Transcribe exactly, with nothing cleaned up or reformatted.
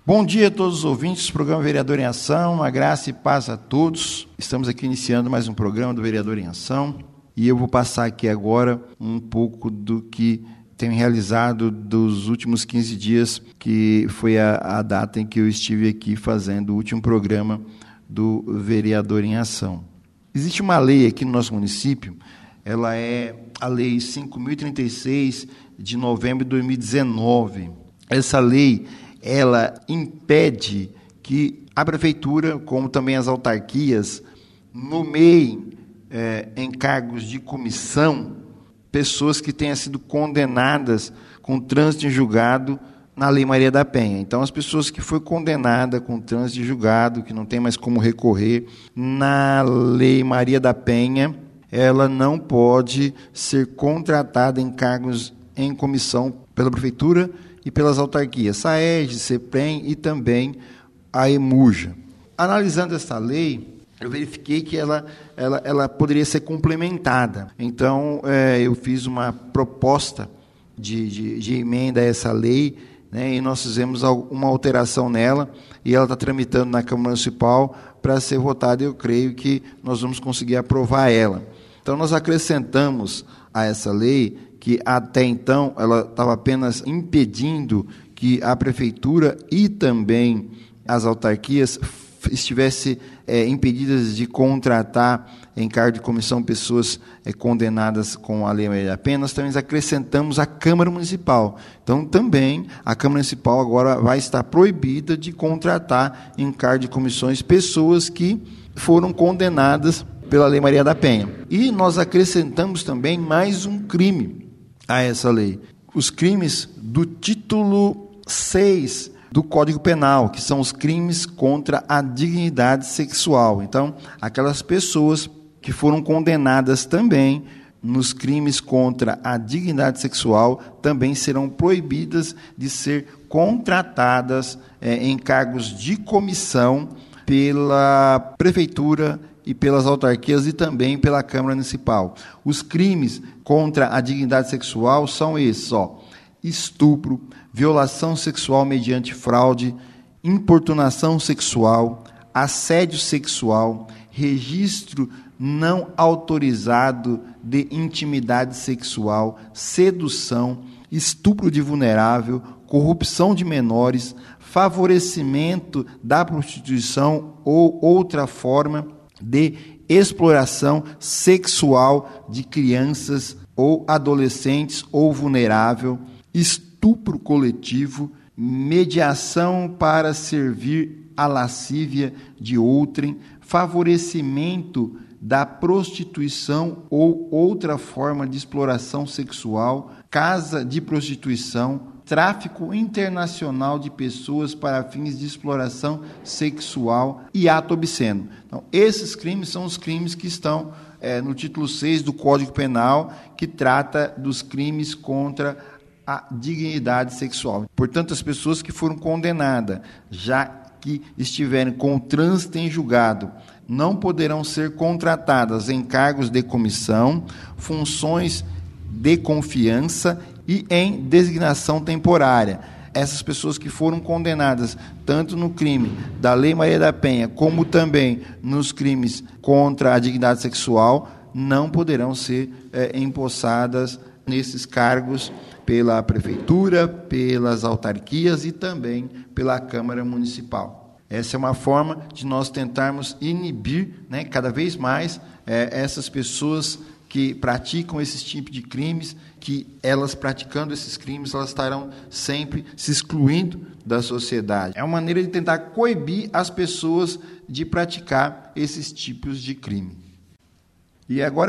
Bom dia a todos os ouvintes do programa Vereador em Ação, uma graça e paz a todos. Estamos aqui iniciando mais um programa do Vereador em Ação e eu vou passar aqui agora um pouco do que tenho realizado dos últimos quinze dias, que foi a, a data em que eu estive aqui fazendo o último programa do Vereador em Ação. Existe uma lei aqui no nosso município, ela é a Lei cinco mil e trinta e seis de novembro de dois mil e dezenove. Essa lei ela impede que a prefeitura, como também as autarquias, nomeiem é, em cargos de comissão pessoas que tenham sido condenadas com trânsito em julgado na Lei Maria da Penha. Então, as pessoas que foram condenadas com trânsito em julgado, que não tem mais como recorrer, na Lei Maria da Penha, ela não pode ser contratada em cargos em comissão pela prefeitura e pelas autarquias, SAEG, CEPREM e também a EMURJA. Analisando essa lei, eu verifiquei que ela, ela, ela poderia ser complementada. Então, é, eu fiz uma proposta de, de, de emenda a essa lei, né, e nós fizemos uma alteração nela, e ela está tramitando na Câmara Municipal para ser votada, e eu creio que nós vamos conseguir aprovar ela. Então, nós acrescentamos a essa lei que até então ela estava apenas impedindo que a prefeitura e também as autarquias estivessem é, impedidas de contratar em cargo de comissão pessoas é, condenadas com a Lei Maria da Penha. Nós também acrescentamos a Câmara Municipal. Então, também, a Câmara Municipal agora vai estar proibida de contratar em cargo de comissões pessoas que foram condenadas pela Lei Maria da Penha. E nós acrescentamos também mais um crime a essa lei. Os crimes do título seis do Código Penal, que são os crimes contra a dignidade sexual. Então, aquelas pessoas que foram condenadas também nos crimes contra a dignidade sexual também serão proibidas de ser contratadas é, em cargos de comissão pela prefeitura e pelas autarquias e também pela Câmara Municipal. Os crimes contra a dignidade sexual são esses, ó: estupro, violação sexual mediante fraude, importunação sexual, assédio sexual, registro não autorizado de intimidade sexual, sedução, estupro de vulnerável, corrupção de menores, favorecimento da prostituição ou outra forma de exploração sexual de crianças ou adolescentes ou vulnerável, estupro coletivo, mediação para servir a lascívia de outrem, favorecimento da prostituição ou outra forma de exploração sexual, casa de prostituição, tráfico internacional de pessoas para fins de exploração sexual e ato obsceno. Então, esses crimes são os crimes que estão é, no título seis do Código Penal, que trata dos crimes contra a dignidade sexual. Portanto, as pessoas que foram condenadas, já que estiverem com o trânsito em julgado, não poderão ser contratadas em cargos de comissão, funções de confiança e em designação temporária. Essas pessoas que foram condenadas tanto no crime da Lei Maria da Penha como também nos crimes contra a dignidade sexual não poderão ser é, empossadas nesses cargos pela prefeitura, pelas autarquias e também pela Câmara Municipal. Essa é uma forma de nós tentarmos inibir, né, cada vez mais é, essas pessoas que praticam esses tipos de crimes, que elas praticando esses crimes, elas estarão sempre se excluindo da sociedade. É uma maneira de tentar coibir as pessoas de praticar esses tipos de crime. E agora